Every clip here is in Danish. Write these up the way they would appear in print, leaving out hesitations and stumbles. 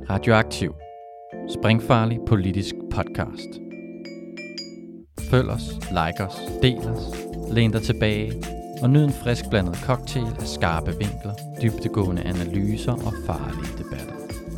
Radioaktiv. Springfarlig politisk podcast. Følg os, like os, del os, læn dig tilbage og nyd en frisk blandet cocktail af skarpe vinkler, dybdegående analyser og farlige debatter.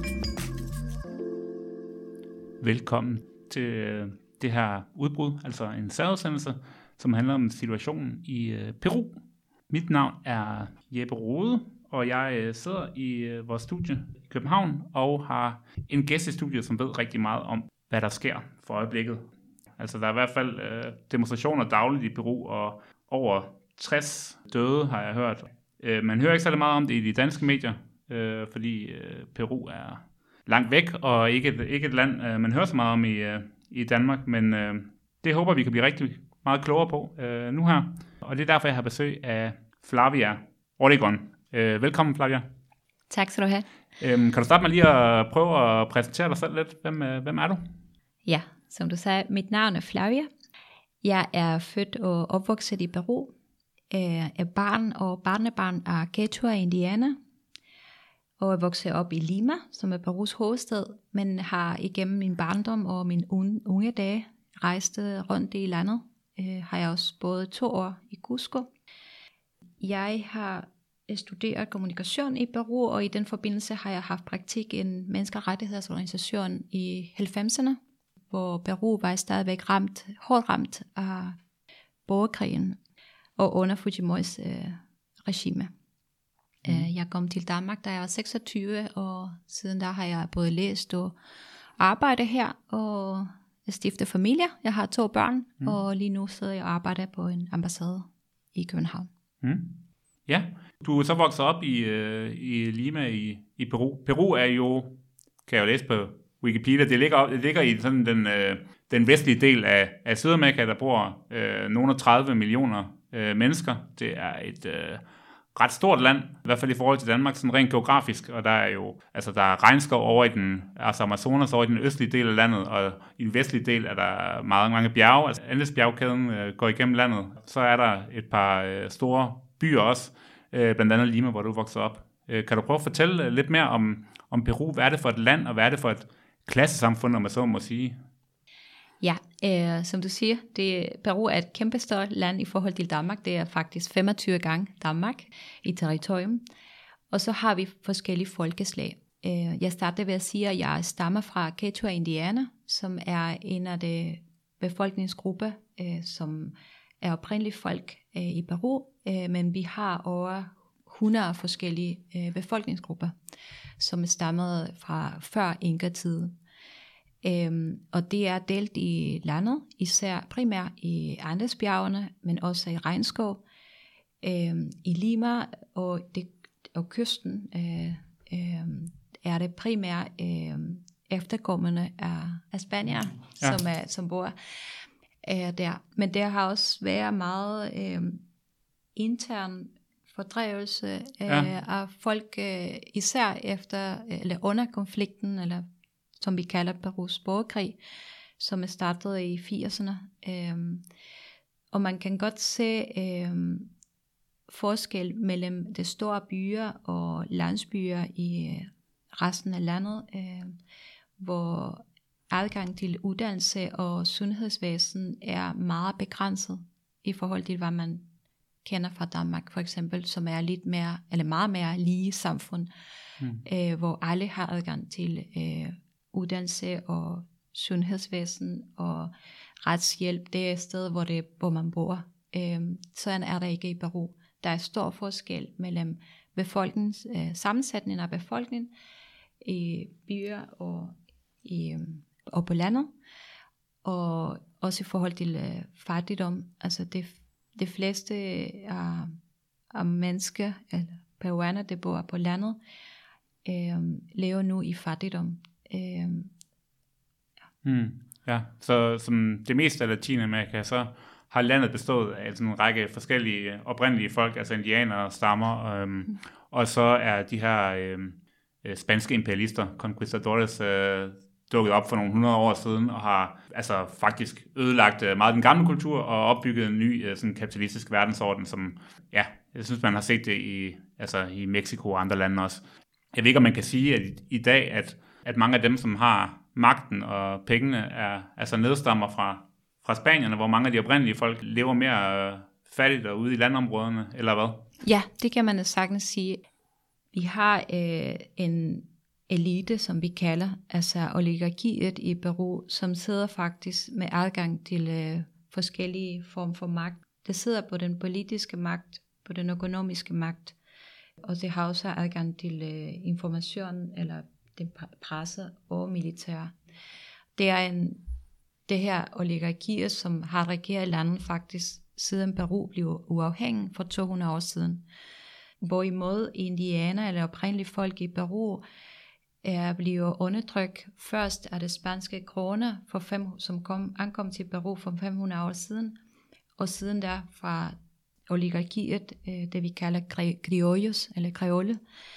Velkommen til det her udbrud, altså en særudsendelse, som handler om situationen i Peru. Mit navn er Jeppe Rode, og jeg sidder i vores studie i København og har en gæst i studiet, som ved rigtig meget om, hvad der sker for øjeblikket. Altså der er i hvert fald demonstrationer dagligt i Peru, og over 60 døde har jeg hørt. Man hører ikke særlig meget om det i de danske medier, fordi Peru er langt væk og ikke et land, man hører så meget om i Danmark, men det håber vi kan blive rigtig meget klogere på nu her. Og det er derfor, jeg har besøg af Flavia Ortegon. Velkommen, Flavia. Tak skal du have. Kan du starte med lige at prøve at præsentere dig selv lidt? Hvem er du? Ja, som du sagde, mit navn er Flavia. Jeg er født og opvokset i Peru. Er barn og barnebarn af Quechua-indianer. Og er vokset op i Lima, som er Perus hovedstad, men har igennem min barndom og mine unge dage rejst rundt i landet. Har jeg også boet 2 år i Cusco. Jeg har studeret kommunikation i Peru, og i den forbindelse har jeg haft praktik i en menneskerettighedsorganisation i 90'erne, hvor Peru var stadigvæk hårdt ramt af borgerkrigen og under Fujimoris regime. Jeg kom til Danmark, da jeg var 26, og siden da har jeg både læst og arbejdet her, og stiftet familie. Jeg har 2 børn, og lige nu sidder jeg og arbejder på en ambassade i København. Ja, du er så vokset op i Lima i Peru. Peru er jo, kan jeg jo læse på Wikipedia, det ligger i sådan den vestlige del af Sydamerika, der bor nogle 30 millioner mennesker. Det er et ret stort land, i hvert fald i forhold til Danmark, sådan rent geografisk, og der er jo, altså der er regnskov over i den, altså Amazonas over i den østlige del af landet, og i den vestlige del er der mange bjerge, altså Andesbjergkæden går igennem landet. Så er der et par store byer også, blandt andet Lima, hvor du voksede op. Kan du prøve at fortælle lidt mere om Peru? Hvad er det for et land, og hvad er det for et klassesamfund, om man så må sige? Ja, som du siger, Peru er et kæmpestort land i forhold til Danmark. Det er faktisk 25 gange Danmark i territorium. Og så har vi forskellige folkeslag. Jeg starter ved at sige, at jeg stammer fra Quechua-indianer, som er en af de befolkningsgrupper, som er oprindelige folk i Peru. Men vi har over 100 forskellige befolkningsgrupper, som er stammet fra før Inka-tiden. Og det er delt i landet, især primært i Andesbjergene, men også i regnskov, i Lima og kysten er det primært efterkommende af spanier, som bor der. Men der har også været meget intern fordrevelse af folk, især efter eller under konflikten, eller som vi kalder Perus borgerkrig, som er startet i 80'erne. Og man kan godt se forskel mellem de store byer og landsbyer i resten af landet, hvor adgang til uddannelse og sundhedsvæsen er meget begrænset i forhold til, hvad man kender fra Danmark, for eksempel, som er lidt mere, eller meget mere lige samfund, hvor alle har adgang til uddannelse og sundhedsvæsen og retshjælp. Det er et sted, hvor man bor. Sådan er der ikke i Peru. Der er stor forskel mellem sammensætningen af befolkningen i byer og på landet, og også i forhold til fattigdom. Altså de fleste af mennesker, eller peruaner, der bor på landet, lever nu i fattigdom. Så som det meste af Latinamerika, så har landet bestået af sådan en række forskellige oprindelige folk, altså indianere, stammer, og så er de her spanske imperialister, conquistadores, dukket op for nogle 100 år siden, og har altså faktisk ødelagt meget den gamle kultur, og opbygget en ny sådan kapitalistisk verdensorden, som, ja, jeg synes, man har set det i Mexico og andre lande også. Jeg ved ikke, om man kan sige, at i dag, at mange af dem, som har magten og pengene, er altså nedstammer fra spanierne, hvor mange af de oprindelige folk lever mere fattigt og ude i landområderne, eller hvad? Ja, det kan man sagtens sige. Vi har en elite, som vi kalder, altså oligarkiet i Peru, som sidder faktisk med adgang til forskellige former for magt. Det sidder på den politiske magt, på den økonomiske magt, og det har også adgang til information, eller den presse og militær. Det er det her oligarkier, som har regeret landet faktisk siden Peru blev uafhængig for 200 år siden. Hvorimod indianer eller oprindelige folk i Peru er blevet undertrykt først af det spanske krone, som ankom til Peru for 500 år siden, og siden der fra oligarkiet, det vi kalder criollos eller creole,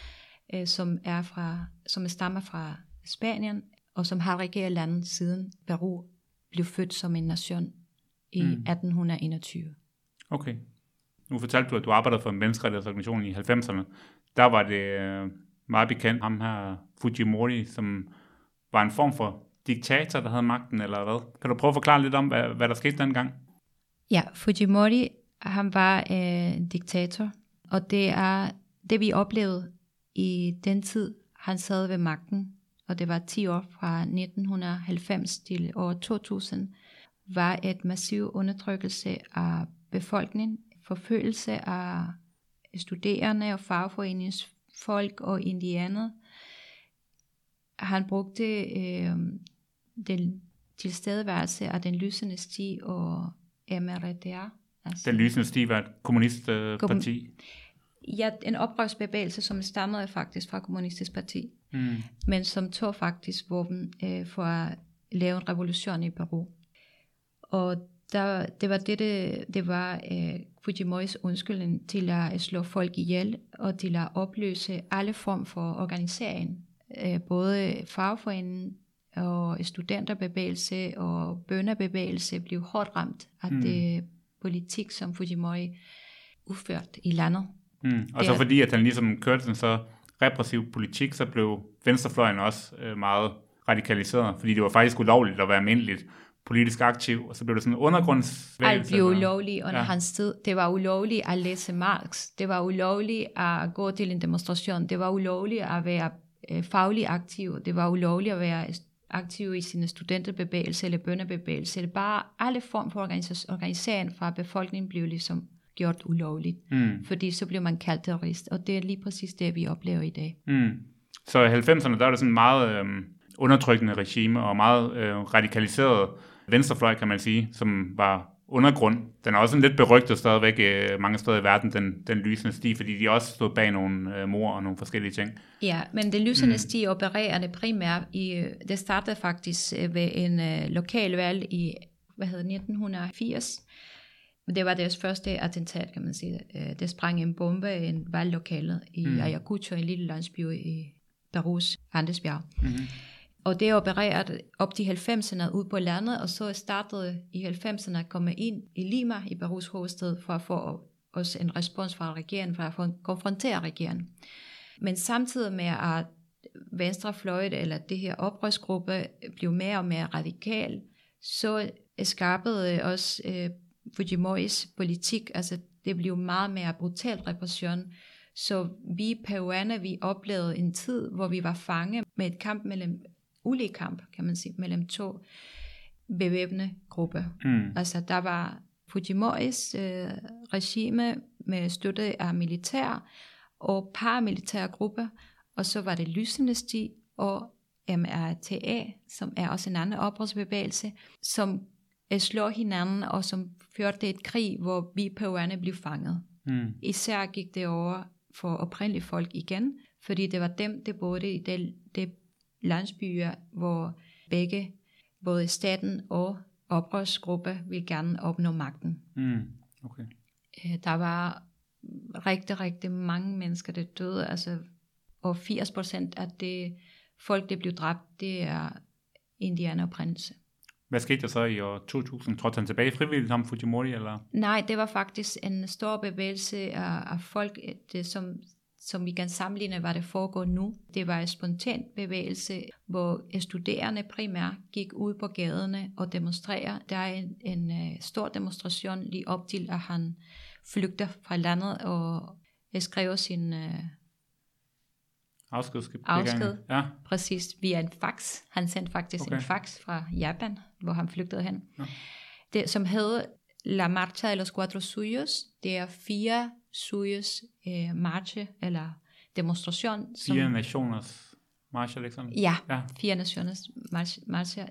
som stammer fra Spanien, og som har regeret landet siden Peru blev født som en nation i 1821. Okay. Nu fortalte du, at du arbejdede for en menneskerettighedsorganisation i 90'erne. Der var det meget bekendt, ham her Fujimori, som var en form for diktator, der havde magten, eller hvad? Kan du prøve at forklare lidt om, hvad der skete dengang? Ja, Fujimori, han var en diktator, og det er det, vi oplevede i den tid, han sad ved magten, og det var 10 år fra 1990 til år 2000, var et massiv undertrykkelse af befolkningen, forfølgelse af studerende og fagforeningsfolk og indianer. Han brugte den tilstedeværelse af den lysende sti og MRDR. Altså, den lysende sti var et kommunistparti? Ja, en oprørsbevægelse, som stammede faktisk fra kommunistisk parti, men som tog faktisk våben for at lave en revolution i Peru. Og det var Fujimoris undskyldning til at slå folk ihjel og til at opløse alle form for organisering. Både fagforeningen og studenterbevægelse og bønderbevægelse blev hårdt ramt af det politik, som Fujimori udførte i landet. Og så fordi, at han ligesom kørte en så repressiv politik, så blev venstrefløjen også meget radikaliseret, fordi det var faktisk ulovligt at være almindeligt politisk aktiv, og så blev det sådan en undergrundsvægelse. Alt blev ulovligt under hans tid. Det var ulovligt at læse Marx. Det var ulovligt at gå til en demonstration. Det var ulovligt at være faglig aktiv. Det var ulovligt at være aktiv i sine studenterbevægelse eller bønderbevægelse. Det bare alle former for organisering fra befolkningen blev ligesom gjort ulovligt, fordi så blev man kaldt terrorist, og det er lige præcis det, vi oplever i dag. Så i 90'erne, der var det sådan meget undertrykkende regime, og meget radikaliseret venstrefløj, kan man sige, som var undergrund. Den er også lidt berygtet stadigvæk mange steder i verden, den lysende sti, fordi de også stod bag nogle mord og nogle forskellige ting. Ja, men den lysende sti opererer det primært det startede faktisk ved en lokal valg i 1980. Det var deres første attentat, kan man sige. Det sprang en bombe i en valglokale i Ayacucho, en lille landsby i Perus Andesbjerg. Og det opererede op til 90'erne ud på landet, og så startede i 90'erne at komme ind i Lima, i Perus hovedstad, for at få også en respons fra regeringen, for at konfrontere regeringen. Men samtidig med at venstrefløjet, eller det her oprørsgruppe, blev mere og mere radikal, så skabede også Fujimoris politik, altså det blev meget mere brutal repression. Så vi peruaner, vi oplevede en tid, hvor vi var fanget med et kamp ulige kamp, kan man sige, mellem to bevæbnede grupper. Altså der var Fujimoris regime med støtte af militær og paramilitære grupper, og så var det lysende sti og MRTA, som er også en anden oprørsbevægelse, som slår hinanden, og som førte et krig, hvor vi peruaner blev fanget. Især gik det over for oprindelige folk igen, fordi det var dem, der boede i det landsbyer, hvor begge, både staten og oprørsgrupper, ville gerne opnå magten. Okay. Der var rigtig, rigtig mange mennesker, der døde, altså, og 80% af det folk, der blev dræbt, det er indianeroprindelse. Hvad skete der så i år 2000? Trådte han tilbage frivilligt som Fujimori, eller? Nej, det var faktisk en stor bevægelse af folk, som som vi kan sammenligne, hvad det foregår nu. Det var en spontan bevægelse, hvor studerende primært gik ud på gaderne og demonstrerer. Der er en stor demonstration lige op til, at han flygter fra landet og skriver sin afsked. Ja. Præcis, via en fax. Han sendte faktisk en fax fra Japan, hvor han flygtede hen. Ja. Det, som hedder La Marcha de los Cuatro Suyos. Det er 4 suyos marche, eller demonstration. 4 nationers marche, liksom? Ja, 4 nationers marche.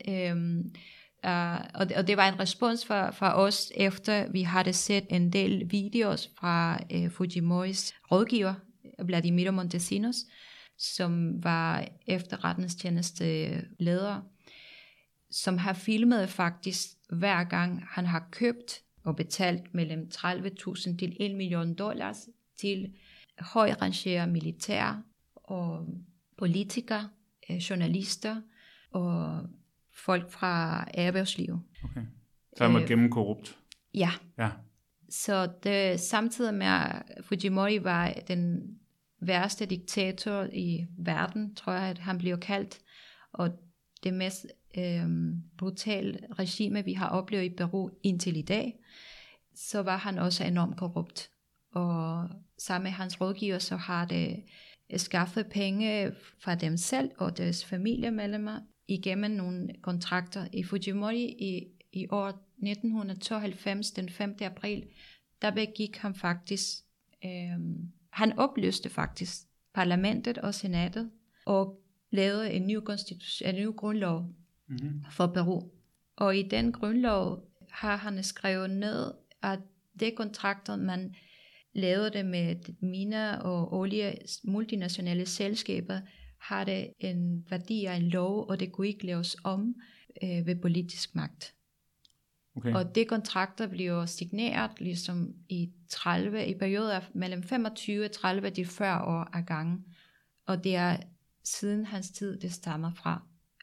Og det var en respons fra os, efter vi havde set en del videos fra Fujimoris rådgiver, Vladimiro Montesinos, som var efterretningstjeneste leder, som har filmet faktisk hver gang han har købt og betalt mellem 30.000 til $1 million til højrangerede militære og politikere, journalister og folk fra erhvervslivet. Okay. Så han var gennemkorrupt. Ja. Så det, samtidig med at Fujimori var den værste diktator i verden, tror jeg, at han blev kaldt, og det mest brutale regime, vi har oplevet i Peru indtil i dag, så var han også enormt korrupt. Og sammen med hans rådgiver, så har det skaffet penge fra dem selv og deres familiemedlemmer igennem nogle kontrakter. I Fujimori i år 1992, den 5. april, der begik han faktisk, han opløste faktisk parlamentet og senatet, og lavede en ny grundlov for Peru. Og i den grundlov har han skrevet ned, at det kontrakter, man lavede det med miner og olie, multinationale selskaber, har det en værdi af en lov, og det kunne ikke laves om ved politisk magt. Okay. Og det kontrakter bliver signeret ligesom i perioder mellem 25 og 30 til 40 år ad gangen. Og det er siden hans tid, det stammer fra.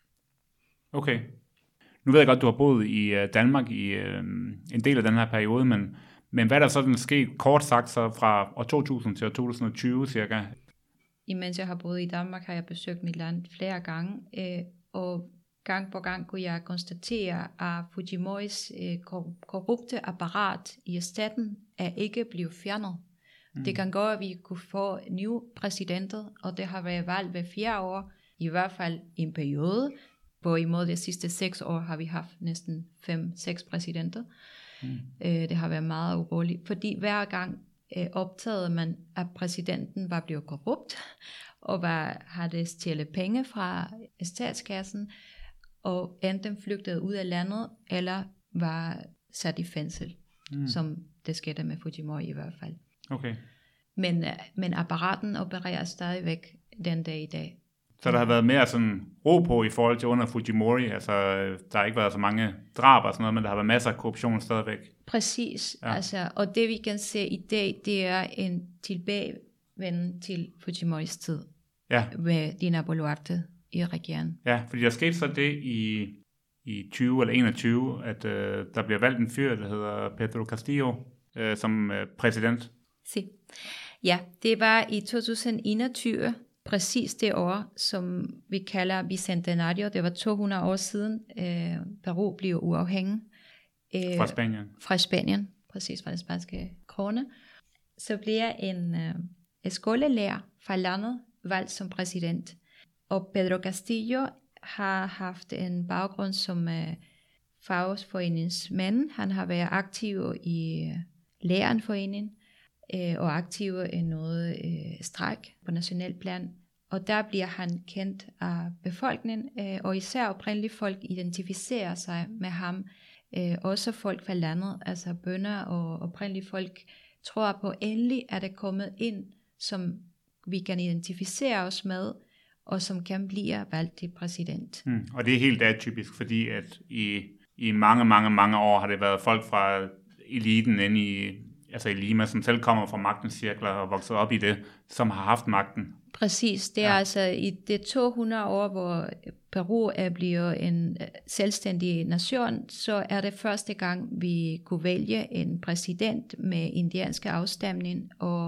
Okay. Nu ved jeg godt, at du har boet i Danmark i en del af den her periode, men hvad er der sådan sket kort sagt så fra år 2000 til år 2020 cirka? Imens jeg har boet i Danmark, har jeg besøgt mit land flere gange, og gang på gang kunne jeg konstatere, at Fujimoris korrupte apparat i staten er ikke blevet fjernet. Det kan gøre, at vi kunne få nye præsidenter, og det har været valgt hver 4 år, i hvert fald i en periode. Hvorimod de sidste 6 år har vi haft næsten 5-6 præsidenter. Det har været meget uroligt, fordi hver gang optagede man, at præsidenten var blevet korrupt, og havde stjålet penge fra statskassen, og enten flygtede ud af landet, eller var sat i fængsel, som det skete med Fujimori i hvert fald. Okay. Men apparaten opererer stadigvæk den dag i dag. Så der har været mere sådan ro på i forhold til under Fujimori, altså der har ikke været så mange drab og sådan noget, men der har været masser af korruption stadigvæk. Præcis, altså, og det vi kan se i dag, det er en tilbagevenden til Fujimoris tid, med Dina Boluarte i regeringen. Ja, fordi der skete så det i 20 eller 21, at der bliver valgt en fyr, der hedder Pedro Castillo, som præsident. Ja, det var i 2021, præcis det år, som vi kalder bicentenario. Det var 200 år siden, Peru blev uafhængig. Fra Spanien, præcis fra den spanske krone. Så bliver en skolelærer fra landet valgt som præsident. Og Pedro Castillo har haft en baggrund som fagforeningsmand. Han har været aktiv i lærerforeningen og aktiv i noget strejk på national plan. Og der bliver han kendt af befolkningen, og især oprindelige folk identificerer sig med ham. Også folk fra landet, altså bønder og oprindelige folk, tror på endelig, at det kommet ind, som vi kan identificere os med, og som kan blive valgt til præsident. Og det er helt atypisk, fordi at i mange år har det været folk fra eliten inde i Lima, som selv kommer fra magtens cirkler og vokset op i det, som har haft magten. Præcis, det er altså i det 200 år, hvor Peru er blevet en selvstændig nation, så er det første gang, vi kunne vælge en præsident med indianske afstamning, og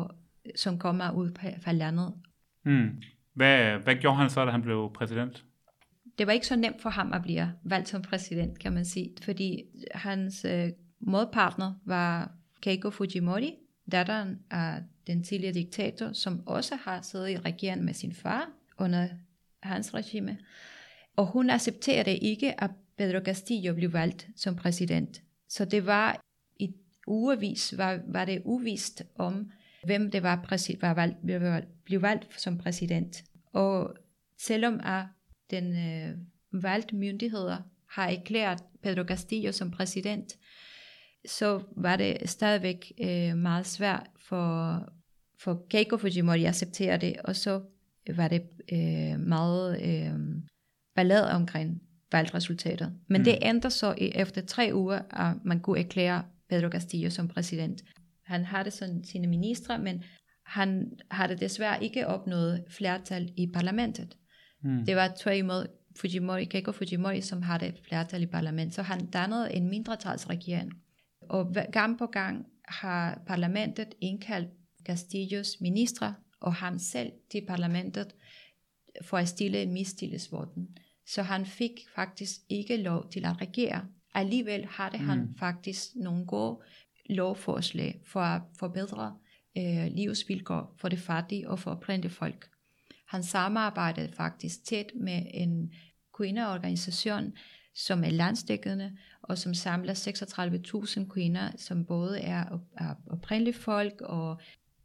som kommer ud fra landet. Hvad gjorde han så, da han blev præsident? Det var ikke så nemt for ham at blive valgt som præsident, kan man sige, fordi hans modpartner var Keiko Fujimori, datteren af den tidligere diktator, som også har siddet i regeringen med sin far under hans regime. Og hun accepterede ikke, at Pedro Castillo blev valgt som præsident. Så det var i ugevis var det uvist om, hvem det blev valgt som præsident. Og selvom at den valgte myndigheder har erklæret Pedro Castillo som præsident, så var det stadigvæk meget svært for Keiko Fujimori at acceptere det, og så var det meget ballade omkring valgresultatet. Men det endte så efter 3 uger, at man kunne erklære Pedro Castillo som præsident. Han havde sådan sine ministre, men han havde desværre ikke opnået flertal i parlamentet. Det var tværtimod Keiko Fujimori, som havde et flertal i parlamentet, så han dannede en mindretalsregering. Og gang på gang har parlamentet indkaldt Castillos ministre og ham selv til parlamentet for at stille en mistillidsvotum. Så han fik faktisk ikke lov til at regere. Alligevel havde han faktisk nogle gode lovforslag for at forbedre livsvilkår for det fattige og for oprindelige folk. Han samarbejdede faktisk tæt med en kvindeorganisation, som er landsdækkende, og som samler 36.000 kvinder, som både er oprindelige folk og,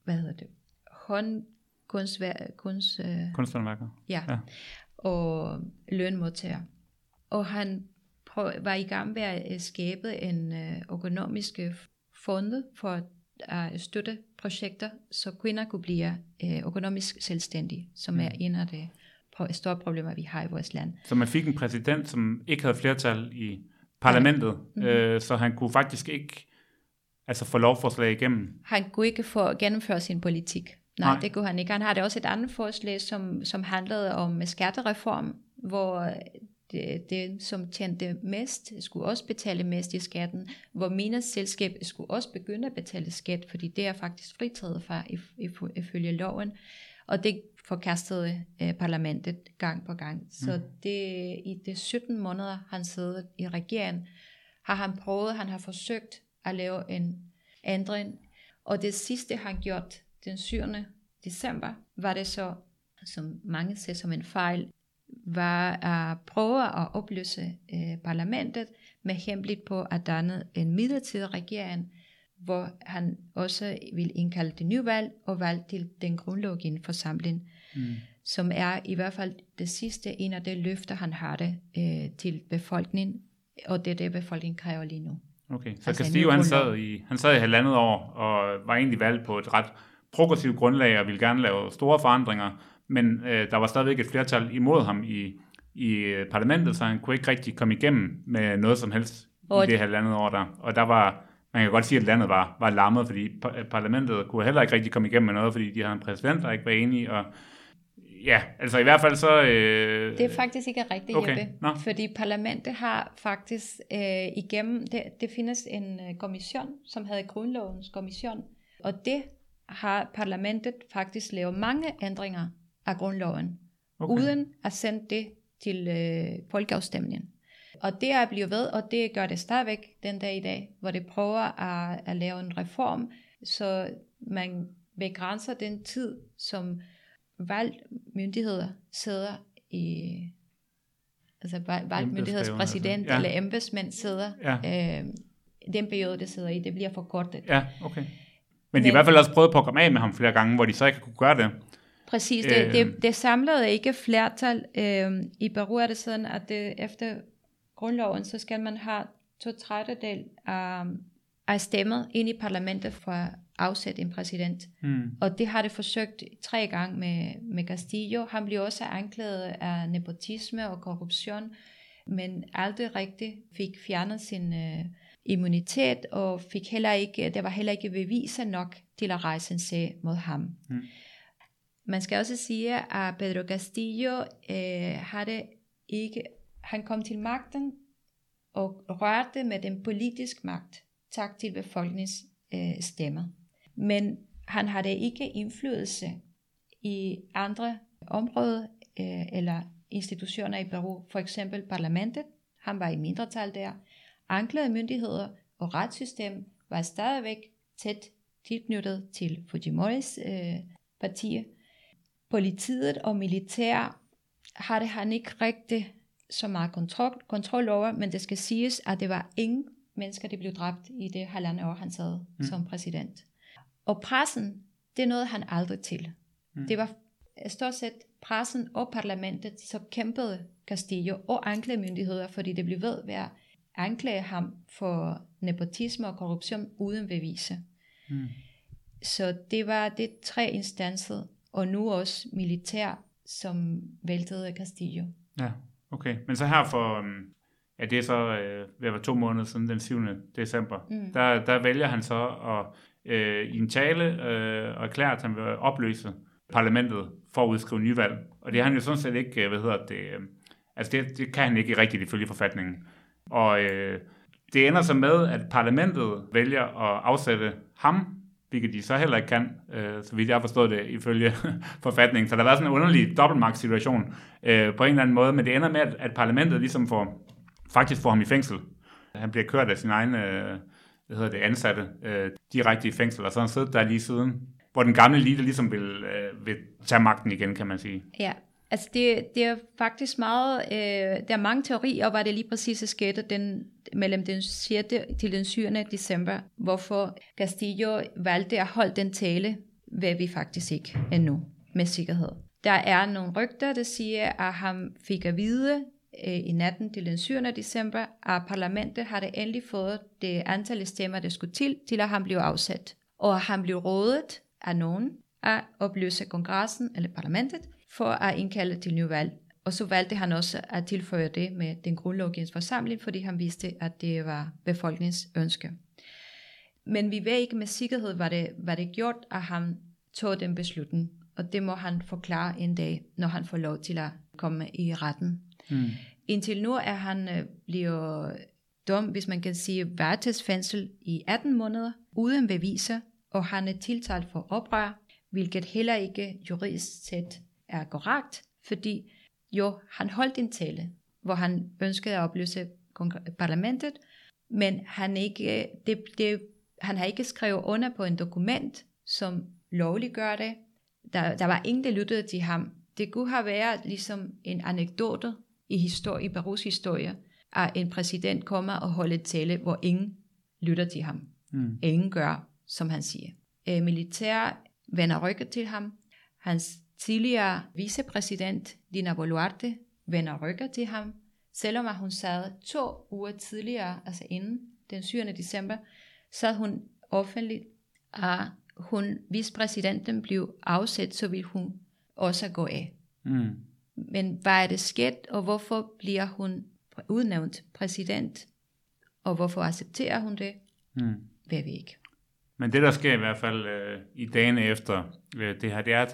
kunsthåndværkere. Ja, og lønmodtagere. Og han var i gang med at skabe en økonomisk fond for at støtte projekter, så kvinder kunne blive økonomisk selvstændige, som er en af de store problemer, vi har i vores land. Så man fik en præsident, som ikke havde flertal i parlamentet, så han kunne faktisk ikke få lovforslag igennem. Han kunne ikke få gennemføre sin politik. Nej, det kunne han ikke. Han havde også et andet forslag, som handlede om skattereform, hvor det som tjente mest, skulle også betale mest i skatten, hvor mineselskab skulle også begynde at betale skat, fordi det er faktisk fritaget fra ifølge loven, og det forkastede parlamentet gang på gang. Så i de 17 måneder, han sidder i regeringen, han har forsøgt at lave en ændring, og det sidste, han gjort den 7. december, var det så, som mange ser som en fejl, var at prøve at opløse parlamentet med henblik på at danne en midlertidig regering, hvor han også vil indkalde det nye valg og valg til den grundlovgivende forsamling, som er i hvert fald det sidste en af de løfter, han har det til befolkningen, og det er det, befolkningen kræver lige nu. Okay, så Castillo, han sad i 1,5 år og var egentlig valgt på et ret progressivt grundlag og ville gerne lave store forandringer, men der var stadigvæk et flertal imod ham i parlamentet, så han kunne ikke rigtig komme igennem med noget som helst i det 1,5 år der. Og der var, man kan godt sige, at landet var lammet, fordi parlamentet kunne heller ikke rigtig komme igennem med noget, fordi de havde en præsident, der ikke var enige, og ja, altså i hvert fald så... Det er faktisk ikke rigtigt, Jeppe. Fordi parlamentet har faktisk igennem... Det findes en kommission, som hedder Grundlovens kommission, og det har parlamentet faktisk lavet mange ændringer af grundloven, uden at sende det til folkeafstemningen. Og det er blevet ved, og det gør det stadigvæk den dag i dag, hvor det prøver at lave en reform, så man begrænser den tid, som valgmyndigheder sidder i, altså valgmyndighedspræsident eller embedsmænd sidder, den periode, det sidder i, det bliver forkortet. Ja, okay. Men de har i hvert fald også prøvet på at komme af med ham flere gange, hvor de så ikke kunne gøre det. Præcis, det samlede ikke flertal. I Peru er det sådan, at efter grundloven, så skal man have 2/3 af stemmer ind i parlamentet for at afsætte en præsident. Og det har det forsøgt 3 gange med Castillo. Han blev også anklaget af nepotisme og korruption, men aldrig rigtigt fik fjernet sin immunitet, og der var heller ikke beviser nok til at rejse en sag mod ham. Man skal også sige, at Pedro Castillo han kom til magten og rørte med den politiske magt, tak til befolkningens stemmer. Men han havde ikke indflydelse i andre områder eller institutioner i Peru, for eksempel parlamentet. Han var i mindretal der. Anklagemyndigheder og retssystem var stadigvæk tæt tilknyttet til Fujimoris parti. Politiet og militær havde han ikke rigtig så meget kontrol over, men det skal siges, at det var ingen mennesker, der blev dræbt i det halvandet år, han sad som præsident. Og pressen, det er noget, han aldrig til. Det var stort set pressen og parlamentet, som kæmpede Castillo og anklagemyndigheder, fordi det blev ved at anklage ham for nepotisme og korruption uden beviser. Så det var det 3 instanser, og nu også militær, som væltede Castillo. Ja, okay. Men så her for, det er så ved at være 2 måneder siden, den 7. december, der vælger han så at i en tale og erklære, at han vil opløse parlamentet for at udskrive nyvalg. Og det har han jo sådan set ikke, det kan han ikke rigtigt ifølge forfatningen. Og det ender så med, at parlamentet vælger at afsætte ham, hvilket de så heller ikke kan, så vidt jeg har forstået det ifølge forfatningen. Så der har været sådan en underlig dobbeltmagtssituation på en eller anden måde, men det ender med, at parlamentet ligesom faktisk får ham i fængsel. Han bliver kørt af sin egen ansatte direkte i fængsel, og så har han siddet der lige siden, hvor den gamle elite ligesom vil tage magten igen, kan man sige. Ja, altså det er faktisk meget, der er mange teorier, hvad det lige præcis skete mellem den 6. til den 7. december, hvorfor Castillo valgte at holde den tale, hvad vi faktisk ikke endnu med sikkerhed. Der er nogle rygter, der siger, at han fik at vide i natten til den 7. december, at parlamentet havde endelig fået det antal stemmer, der skulle til at han blev afsat. Og han blev rådet af nogen at opløse kongressen eller parlamentet for at indkalde til nyvalg. Og så valgte han også at tilføje det med den grundlovgivende forsamling, fordi han vidste, at det var befolkningens ønske. Men vi ved ikke med sikkerhed, hvad det gjort, at han tog den beslutning. Og det må han forklare en dag, når han får lov til at komme i retten. Indtil nu er han blevet dømt, hvis man kan sige, varetægtsfængsel i 18 måneder, uden beviser, og han er tiltalt for oprør, hvilket heller ikke juridisk set er korrekt, fordi han holdt en tale, hvor han ønskede at opløse parlamentet, men han har ikke skrevet under på en dokument, som lovliggør det. Der var ingen, der lyttede til ham. Det kunne have været ligesom en anekdote i Perus historie, at en præsident kommer og holder en tale, hvor ingen lytter til ham. Ingen gør, som han siger. Militær vender ryggen til ham. Hans tidligere vicepræsident, Dina Boluarte, vender ryggen til ham. Selvom hun sad 2 uger tidligere, altså inden den 7. december, sad hun offentligt, at hvis præsidenten blev afsat, så ville hun også gå af. Men hvad er det sket, og hvorfor bliver hun udnævnt præsident, og hvorfor accepterer hun det, ved vi ikke. Men det, der sker i hvert fald i dagene efter det her, det er,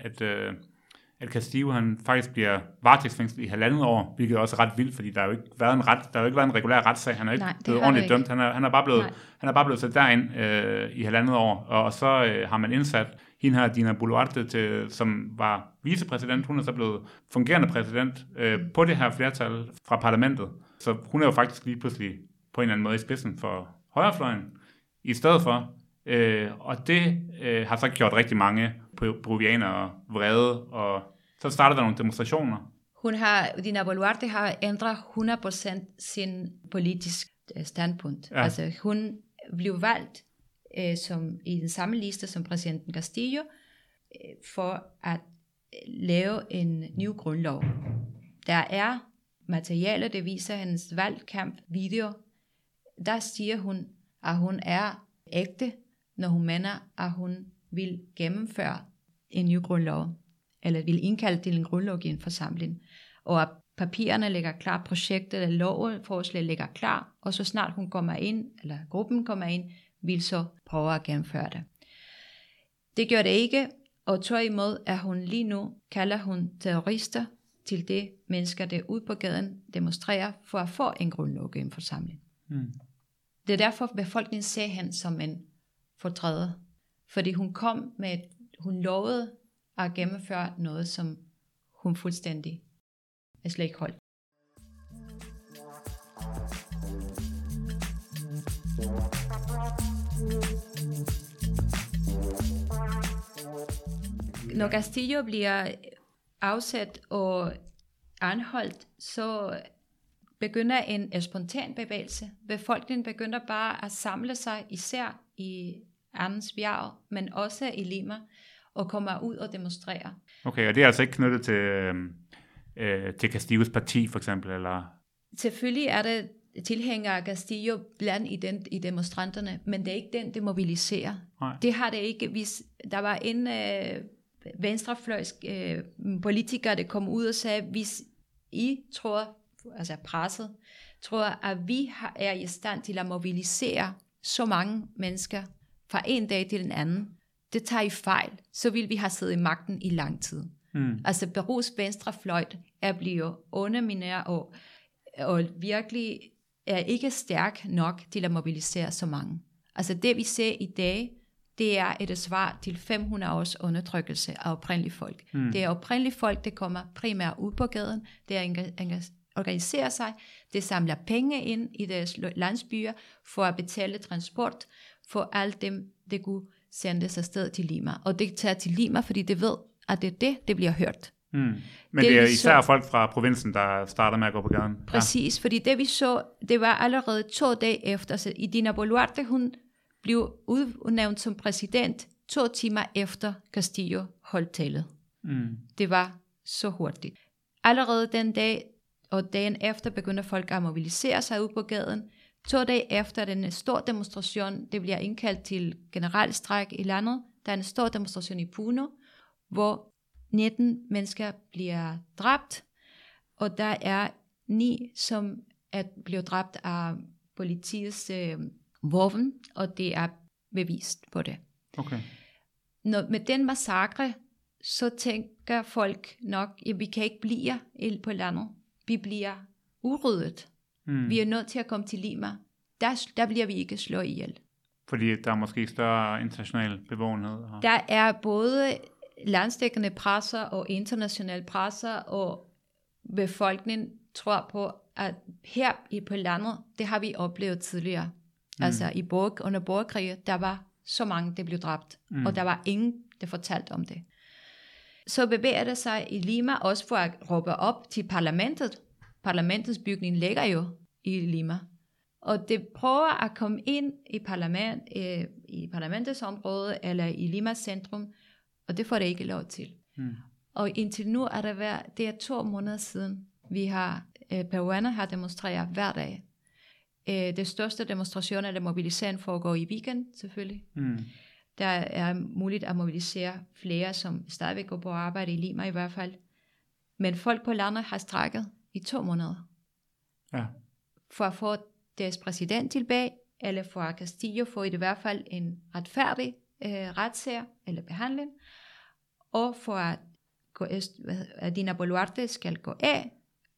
at Castillo han faktisk bliver varetægtsfængslet i 1,5 år, hvilket også er ret vildt, fordi der har jo ikke været en regulær retssag. Han er ikke blevet ordentligt dømt. Han er bare blevet sat derind i 1,5 år, og så har man indsat hende her, Dina Boluarte, som var vicepræsident. Hun er så blevet fungerende præsident på det her flertal fra parlamentet. Så hun er jo faktisk lige pludselig på en eller anden måde i spidsen for højrefløjen i stedet for. Og det har så gjort rigtig mange peruvianere vrede, og så starter der nogle demonstrationer. Dina Boluarte har ændret 100% sin politisk standpunkt. Ja. Altså hun blev valgt som i den samme liste som præsidenten Castillo for at lave en ny grundlov. Der er materiale, der viser hendes valgkamp video. Der siger hun, at hun er ægte, når hun mener, at hun vil gennemføre en ny grundlov, eller vil indkalde til en grundlovgivende forsamling, og at papirerne ligger klar, projektet eller lovforslag ligger klar, og så snart hun kommer ind, eller gruppen kommer ind, vil så prøve at gennemføre det. Det gør det ikke, og tværtimod er hun lige nu, kalder hun terrorister til det mennesker, der ude på gaden demonstrerer for at få en grundlovgivende forsamling. Det er derfor, befolkningen ser hende som en fortræder. Fordi hun lovede at gennemføre noget, som hun fuldstændig slet ikke holdt. Når Castillo bliver afsat og anholdt, så begynder en spontan bevægelse. Befolkningen begynder bare at samle sig, især i Andens bjerg, men også i Lima, og kommer ud og demonstrerer. Okay, og det er altså ikke knyttet til Castillos parti, for eksempel, eller? Selvfølgelig er det tilhængere af Castillo blandt i demonstranterne, men det er ikke den, det mobiliserer. Nej. Det har det ikke. Hvis der var en venstrefløjsk politiker, der kom ud og sagde, hvis I tror, altså presset, tror, at vi er i stand til at mobilisere så mange mennesker fra en dag til den anden, det tager I fejl. Så vil vi have siddet i magten i lang tid. Altså Perus venstrefløj er blevet undermineret og virkelig er ikke stærk nok til at mobilisere så mange. Altså det vi ser i dag, det er et svar til 500 års undertrykkelse af oprindelige folk. Det er oprindelige folk, der kommer primært ud på gaden, der organiserer sig, det samler penge ind i deres landsbyer for at betale transport for alt dem, der kunne sendes afsted til Lima. Og det tager til Lima, fordi det ved, at det bliver hørt. Men det er især folk fra provinsen, der starter med at gå på gaden. Præcis, fordi det vi så, det var allerede 2 dage efter. Så Dina Boluarte, hun blev udnævnt som præsident 2 timer efter Castillo holdt talet. Det var så hurtigt. Allerede den dag og dagen efter begynder folk at mobilisere sig ud på gaden. 2 dage efter den store demonstration, det bliver indkaldt til generalstræk i landet. Der er en stor demonstration i Puno, hvor 19 mennesker bliver dræbt, og der er 9, som bliver dræbt af politiets våben, og det er bevist på det. Okay. Med den massakre, så tænker folk nok, at vi kan ikke blive på landet. Vi bliver uryddet. Vi er nødt til at komme til Lima. Der bliver vi ikke slået ihjel. Fordi der er måske større international bevågenhed. Der er både landsdækkende presser og internationale presser, og befolkningen tror på, at her på landet, det har vi oplevet tidligere. Altså under borgerkrigen, der var så mange, der blev dræbt, og der var ingen, der fortalte om det. Så bevæger det sig i Lima, også for at råbe op til parlamentet. Parlamentets bygning ligger jo i Lima. Og det prøver at komme ind i parlamentets område, eller i Limas centrum, og det får det ikke lov til. Og indtil nu er det er 2 måneder siden, peruaner har demonstreret hver dag. Det største demonstration eller mobilisering foregår i weekend, selvfølgelig. Der er muligt at mobilisere flere, som stadigvæk går på arbejde i Lima i hvert fald. Men folk på landet har strækket i 2 måneder. Ja. For at få deres præsident tilbage, eller for at Castillo får i hvert fald en retfærdig retssag eller behandling, og for at Dina Boluarte skal gå af.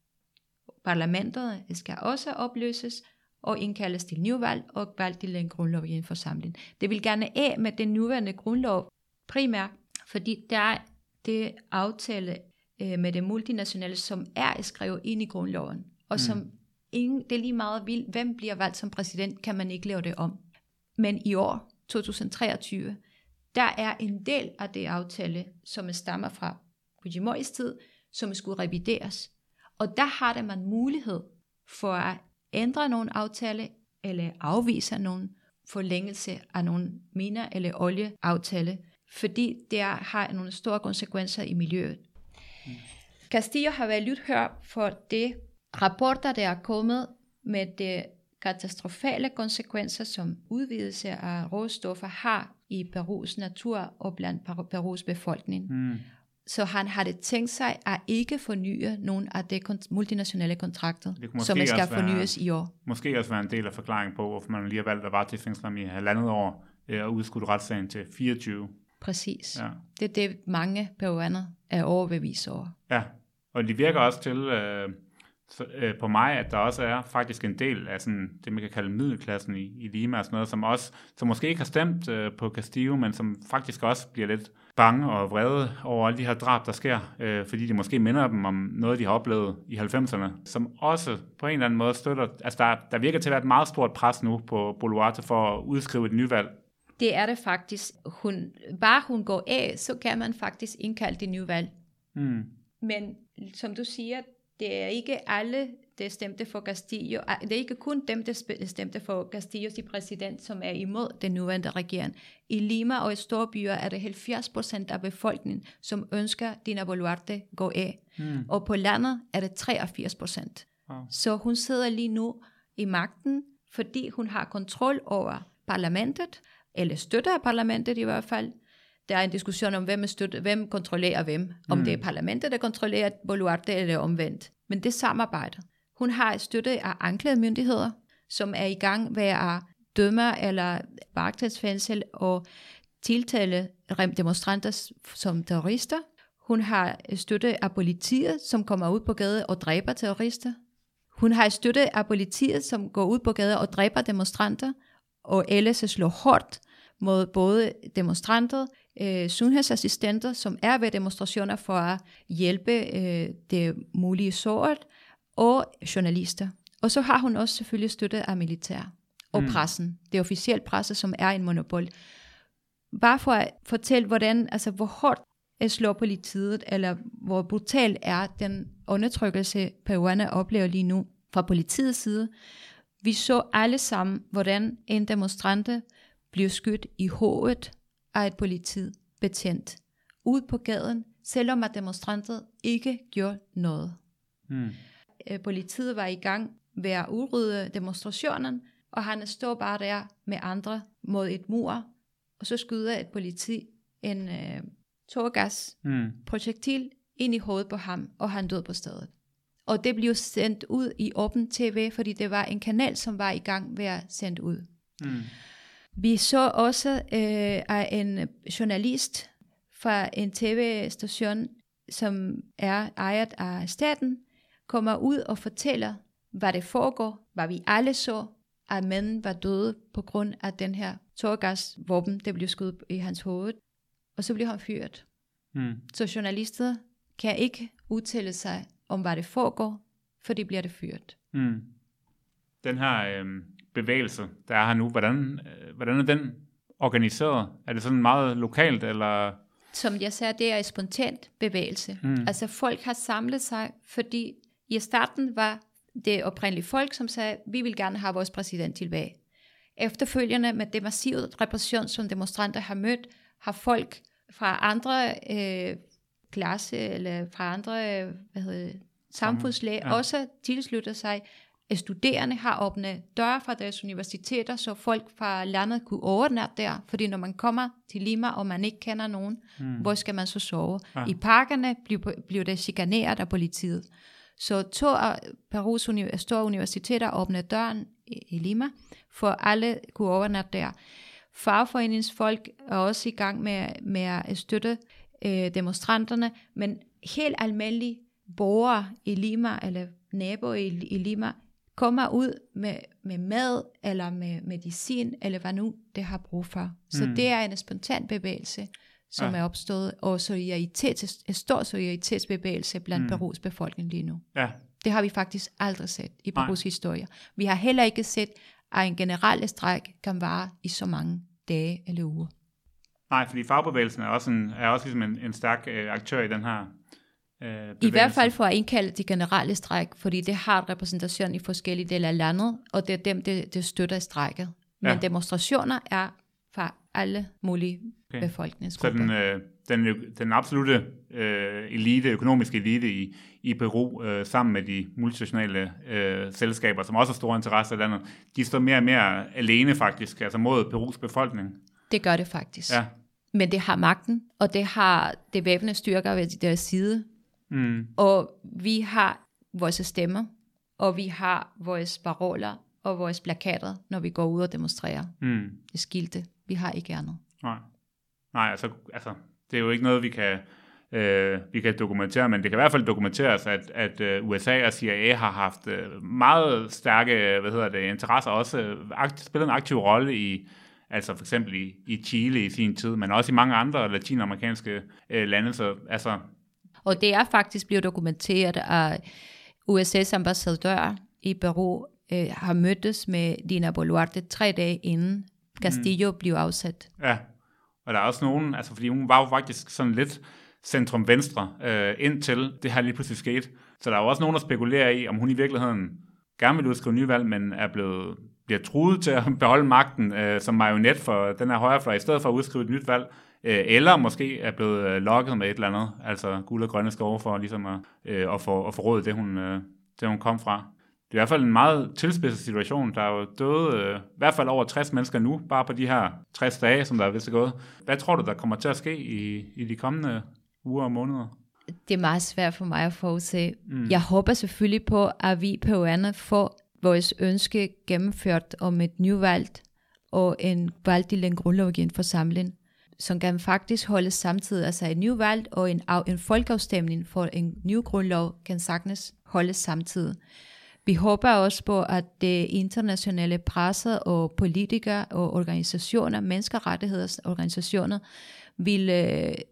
Parlamentet skal også opløses og indkaldes til nyvalg og valg til en grundlov i en forsamling. Det vil gerne af med den nuværende grundlov primært, fordi der er det aftale med det multinationale, som er skrevet ind i grundloven, og som det er lige meget vildt, hvem bliver valgt som præsident, kan man ikke lave det om. Men i år, 2023, der er en del af det aftale, som stammer fra Fujimoris tid, som skulle revideres. Og der har det man mulighed for at ændre nogle aftale, eller afvise nogle forlængelse af nogle miner- eller olieaftale, fordi det har nogle store konsekvenser i miljøet. Castillo har været lydhør for det rapporter, der er kommet med de katastrofale konsekvenser, som udvidelse af råstoffer har i Perus natur og blandt Perus befolkning. Så han havde tænkt sig at ikke forny nogle af de multinationale kontrakter, som skal fornyes i år. Måske også være en del af forklaringen på, hvorfor man lige har valgt at varetægtsfængsle ham i 1,5 år og udskudt retssagen til 24. Præcis. Ja. Det er det, mange peruaner er overbevist over. Ja, og de virker også på mig, at der også er faktisk en del af sådan, det, man kan kalde middelklassen i Lima og sådan noget, som måske ikke har stemt på Castillo, men som faktisk også bliver lidt bange og vrede over alle de her drab, der sker, fordi de måske minder dem om noget, de har oplevet i 90'erne, som også på en eller anden måde støtter, altså der virker til at være et meget stort pres nu på Boluarte for at udskrive et nyvalg. Det er det faktisk. Hun går af, så kan man faktisk indkalde det nye valg. Men som du siger, det er ikke alle, der stemte for Castillo. Det er ikke kun dem, der stemte for Castillo til præsident, som er imod den nuværende regering. I Lima og i store byer er det 70% af befolkningen, som ønsker, at Dina Boluarte går af. Og på landet er det 83%. Wow. Så hun sidder lige nu i magten, fordi hun har kontrol over parlamentet, eller støtter af parlamentet i hvert fald. Der er en diskussion om, hvem kontrollerer hvem. Om det er parlamentet, der kontrollerer Boluarte, eller omvendt. Men det samarbejder. Hun har støtte af anklagemyndigheder, som er i gang med at dømme eller varetægtsfængsel og tiltale demonstranter som terrorister. Hun har støtte af politiet, som kommer ud på gaden og dræber terrorister. Hun har støtte af politiet, som går ud på gaden og dræber demonstranter, og ellers slår hårdt mod både demonstranter, sundhedsassistenter, som er ved demonstrationer for at hjælpe det mulige såret, og journalister. Og så har hun også selvfølgelig støtte af militær og pressen, det officielle presse, som er en monopol. Bare for at fortælle, hvor hårdt slår politiet, eller hvor brutal er den undertrykkelse, peruanerne oplever lige nu fra politiets side. Vi så alle sammen, hvordan en demonstrante blev skudt i hovedet af et politibetjent ud på gaden, selvom at demonstranter ikke gjorde noget. Politiet var i gang ved at udrydde demonstrationen, og han stod bare der med andre mod et mur, og så skyder et politi en tårgasprojektil ind i hovedet på ham, og han døde på stedet. Og det blev sendt ud i åben tv, fordi det var en kanal, som var i gang ved at sende ud. Vi så også en journalist fra en tv-station, som er ejet af staten, kommer ud og fortæller, hvad det foregår, hvad vi alle så, at manden var døde på grund af den her tårgasvåben, der blev skudt i hans hoved, og så blev han fyret. Så journalister kan ikke udtale sig om, hvad det foregår, for de bliver det fyret. Den her bevægelse, der er her nu, hvordan er den organiseret? Er det sådan meget lokalt, eller? Som jeg sagde, det er en spontant bevægelse. Altså folk har samlet sig, fordi i starten var det oprindelige folk, som sagde, vi vil gerne have vores præsident tilbage. Efterfølgende med det massive repression, som demonstranter har mødt, har folk fra andre klasse, eller fra andre samfundslag, også tilsluttet sig. Studerende har åbnet døre fra deres universiteter, så folk fra landet kunne overnatte der, fordi når man kommer til Lima, og man ikke kender nogen, hvor skal man så sove? I parkerne blev det chikaneret af politiet. Så to af Perus store universiteter åbnede døren i Lima, for alle kunne overnatte der. Fagforeningsfolk er også i gang med at støtte demonstranterne, men helt almindelige borgere i Lima, eller naboer i Lima, kommer ud med mad, eller med medicin, eller hvad nu det har brug for. Så det er en spontan bevægelse, som er opstået, og en stor solidaritetsbevægelse blandt Perus befolkning lige nu. Det har vi faktisk aldrig set i Perus historie. Vi har heller ikke set, at en generel strejke kan vare i så mange dage eller uger. Nej, fordi fagbevægelsen er også ligesom en stærk aktør i den her bevægelse. I hvert fald for at indkalde de generelle strejk, fordi det har repræsentation i forskellige dele af landet, og det er dem, der støtter strejket. Men demonstrationer er fra alle mulige befolkningsgrupper. Så den absolute økonomiske elite i Peru, sammen med de multinationale selskaber, som også har store interesser i landet, de står mere og mere alene faktisk, altså mod Perus befolkning. Det gør det faktisk. Men det har magten, og det har det væbnede styrker ved deres side. Og vi har vores stemmer, og vi har vores paroler og vores plakater, når vi går ud og demonstrerer. Det skilte. Vi har ikke andet. Nej, altså det er jo ikke noget, vi kan vi kan dokumentere, men det kan i hvert fald dokumenteres, at USA og CIA har haft meget stærke interesser, også spillet en aktiv rolle i, altså for eksempel i Chile i sin tid, men også i mange andre latinamerikanske lande. Så, altså. Og det er faktisk blevet dokumenteret, at USA's ambassadør i Peru har mødtes med Dina Boluarte 3 dage inden Castillo blev afsat. Ja, og der er også nogen, altså fordi hun var jo faktisk sådan lidt centrum-venstre, indtil det her lige pludselig skete. Så der er jo også nogen, der spekulerer i, om hun i virkeligheden gerne vil udskrive nyvalg, men bliver truet til at beholde magten som marionet for den her højrefløj, i stedet for at udskrive et nyt valg, eller måske er blevet lokket med et eller andet, altså guld og grønne skove for ligesom at forråde det, hun kom fra. Det er i hvert fald en meget tilspidset situation. Der er jo døde i hvert fald over 60 mennesker nu, bare på de her 60 dage, som der er vist gået. Hvad tror du, der kommer til at ske i de kommende uger og måneder? Det er meget svært for mig at forudse. Jeg håber selvfølgelig på, at vi peruanere får vores ønske gennemført om et nyvalg og en valg til en grundlovgivende forsamling, som kan faktisk holdes samtidig. Altså et nyvalg og en folkeafstemning for en ny grundlov kan sagtens holdes samtidig. Vi håber også på, at det internationale presse og politikere og organisationer, menneskerettighedsorganisationer, vil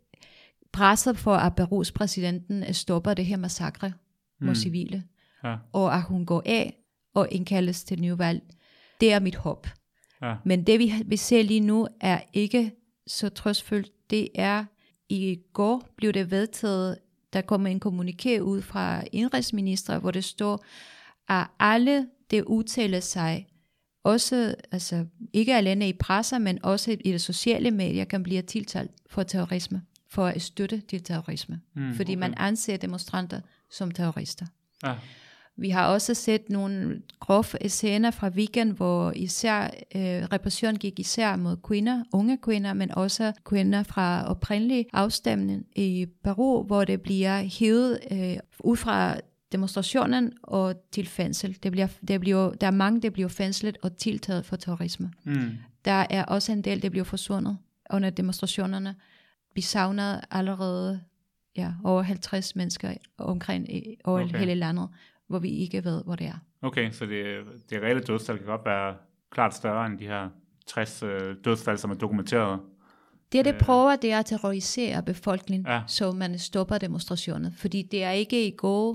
presse for, at Perus præsidenten stopper det her massakre mod civile, og at hun går af og indkaldes til nyvalg. Det er mit håb. Ja. Men det vi ser lige nu er ikke så trøstfuldt. Det er, i går blev det vedtaget, der kommer en kommuniké ud fra indrigsminister, hvor det står, at alle det udtaler sig, også altså ikke alene i presser, men også i de sociale medier, kan blive tiltalt for terrorisme, for at støtte til terrorisme, fordi man anser demonstranter som terrorister. Ja. Vi har også set nogle grove scener fra weekend, hvor især repression gik især mod kvinder, unge kvinder, men også kvinder fra oprindelig afstemning i Peru, hvor det bliver hævet ud fra demonstrationen og til fængsel. Der er mange, der bliver fængslet og tiltaget for terrorisme. Der er også en del, der bliver forsvundet under demonstrationerne. Vi savner allerede over 50 mennesker omkring over hele landet, hvor vi ikke ved, hvor det er. Okay, så det reelle dødstal kan godt være klart større end de her 60 dødsfald, som er dokumenteret. Det prøver, det er at terrorisere befolkningen, så man stopper demonstrationer. Fordi det er ikke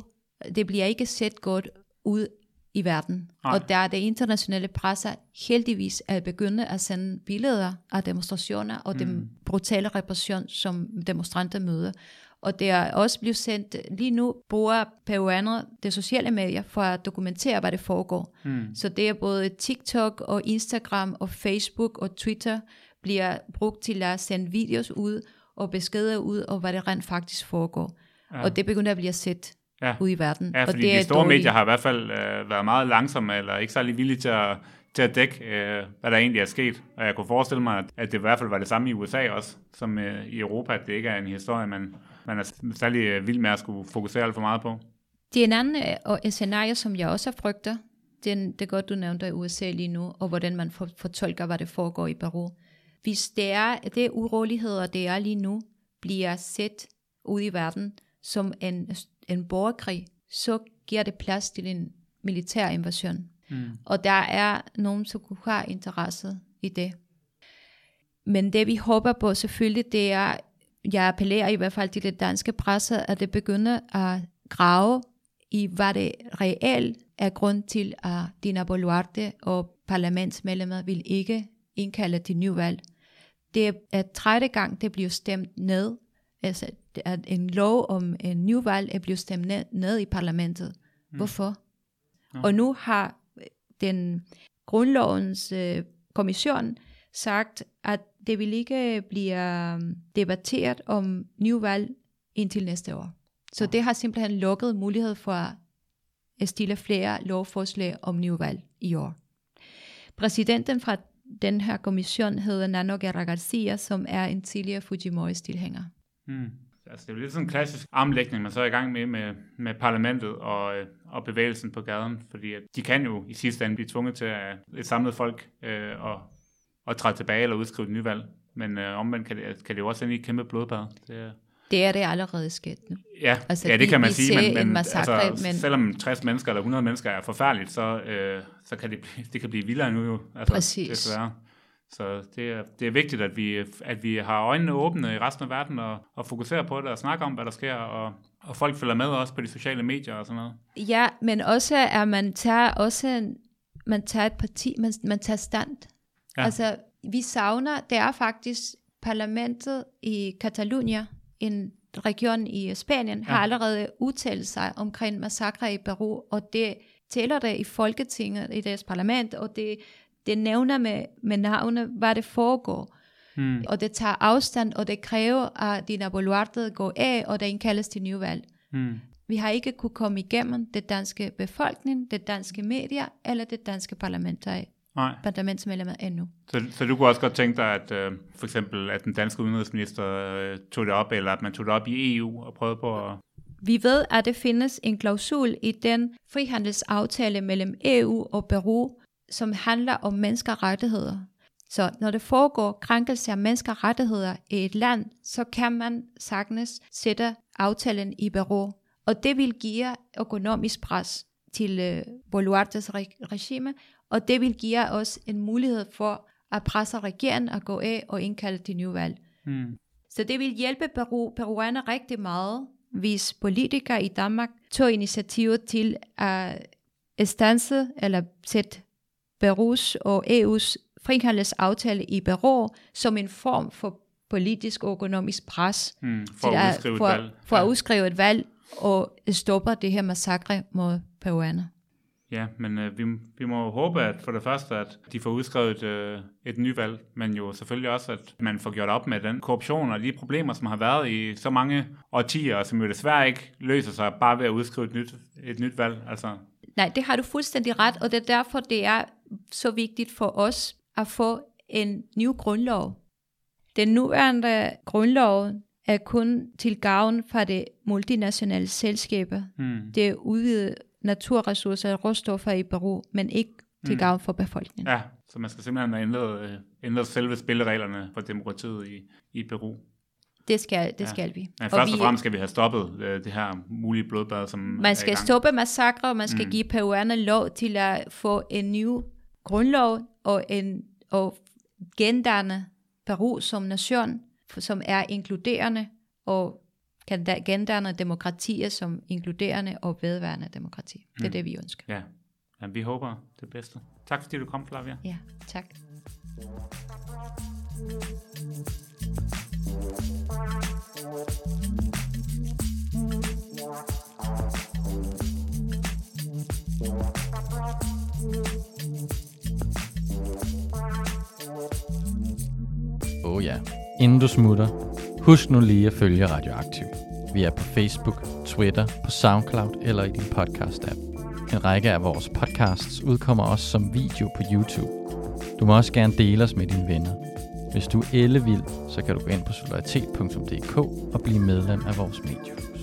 det bliver ikke set godt ud i verden. Nej. Og der er det internationale presse heldigvis at begynde at sende billeder af demonstrationer og den brutale repression, som demonstranter møder. Og det er også blevet sendt, lige nu bruger peruanere de sociale medier for at dokumentere, hvad det foregår. Så det er både TikTok og Instagram og Facebook og Twitter bliver brugt til at sende videos ud og beskeder ud, og hvad det rent faktisk foregår. Ja. Og det begynder at blive set ud i verden. Ja, fordi de store medier har i hvert fald været meget langsomme, eller ikke særlig villige til at dække, hvad der egentlig er sket. Og jeg kunne forestille mig, at det i hvert fald var det samme i USA også, som i Europa, at det ikke er en historie, man er særlig vild med at skulle fokusere alt for meget på. Det er en anden scenarie, som jeg også frygter. Det er godt, du nævnte i USA lige nu, og hvordan man fortolker, hvad det foregår i Peru. Hvis det uroligheder, det er lige nu, bliver set ud i verden som en borgerkrig, så giver det plads til en militær invasion. Og der er nogen, som kunne have interesse i det. Men det vi håber på selvfølgelig, det er, jeg appellerer i hvert fald til det danske presse, at det begynder at grave i, hvad det reelt er grund til, at Dina Boluarte og parlamentsmedlemmer vil ikke indkalde til nyvalg. Det er 3. gang, det bliver stemt ned. Altså, at en lov om en nyvalg er blevet stemt ned i parlamentet. Hvorfor? Og nu har den grundlovens kommission sagt, at det vil ikke blive debatteret om nyvalg indtil næste år. Så det har simpelthen lukket mulighed for at stille flere lovforslag om nyvalg i år. Præsidenten fra den her kommission hedder Nano Guerra Garcia, som er en tidligere Fujimoris tilhænger. Altså, det er jo lidt sådan en klassisk armlægning, man så er i gang med parlamentet og bevægelsen på gaden, fordi at de kan jo i sidste ende blive tvunget til at et samlet folk og træde tilbage eller udskrive et nyvalg. Men omvendt kan det jo også ende i et kæmpe blodbad. Det er det allerede sket nu. Ja, altså, det kan man sige, men massakre, altså, selvom 60 mennesker eller 100 mennesker er forfærdeligt, så kan det kan blive vildere nu jo. Altså, præcis. Desværre. Så det er vigtigt, at vi har øjnene åbne i resten af verden og fokuserer på det og snakker om, hvad der sker, og folk følger med også på de sociale medier og sådan noget. Ja, men også at man tager et parti, man tager stand. Ja. Altså, vi savner, det er faktisk parlamentet i Catalunya, en region i Spanien, har allerede udtalt sig omkring massakre i Peru, og det tæller det i Folketinget, i deres parlament, og det nævner med navne, hvad det foregår. Og det tager afstand, og det kræver, at Dina Boluarte går af, og det indkaldes til nyvalg. Vi har ikke kunne komme igennem det danske befolkning, det danske medier, eller det danske parlamentsmedlemmer endnu. Så du kunne også godt tænke dig, at for eksempel, at den danske udenrigsminister tog det op, eller at man tog det op i EU og prøvede på at... Vi ved, at det findes en klausul i den frihandelsaftale mellem EU og Peru, som handler om menneskerettigheder. Så når det foregår krænkelse af menneskerettigheder i et land, så kan man sagtens sætte aftalen i bero. Og det vil give økonomisk pres til Boluartes regime, og det vil give os en mulighed for at presse regeringen at gå af og indkalde til nyvalg. Så det vil hjælpe peruaner rigtig meget, hvis politikere i Danmark tog initiativet til at standse eller sætte Perus og EU's frihandelsaftale i bero som en form for politisk og økonomisk pres for at udskrive et valg og stoppe det her massakre mod peruaner. Ja, men vi må håbe, at for det første, at de får udskrevet et nyvalg, men jo selvfølgelig også, at man får gjort op med den korruption og de problemer, som har været i så mange årtier, og som jo desværre ikke løser sig bare ved at udskrive et nyt valg. Altså. Nej, det har du fuldstændig ret, og det er derfor, det er så vigtigt for os at få en ny grundlov. Den nuværende grundlov er kun til gavn for det multinationale selskaber. Det er udvidet naturressourcer og råstoffer i Peru, men ikke til gavn for befolkningen. Ja, så man skal simpelthen have ændret selve spillereglerne for demokratiet i Peru. Det skal vi. Men først og fremmest skal vi have stoppet det her mulige blodbad, som man skal stoppe massakre, og man skal give peruanerne lov til at få en ny grundlov og gendanne Peru som nation, som er inkluderende og kan gendanne demokratier som inkluderende og vedvarende demokrati. Det er det, vi ønsker. Ja. Jamen, vi håber det bedste. Tak fordi du kom, Flavia. Ja, tak. Ja. Inden du smutter, husk nu lige at følge Radioaktiv. Vi er på Facebook, Twitter, på SoundCloud eller i din podcast-app. En række af vores podcasts udkommer også som video på YouTube. Du må også gerne dele os med dine venner. Hvis du er ellevild, så kan du gå ind på solidaritet.dk og blive medlem af vores mediehus.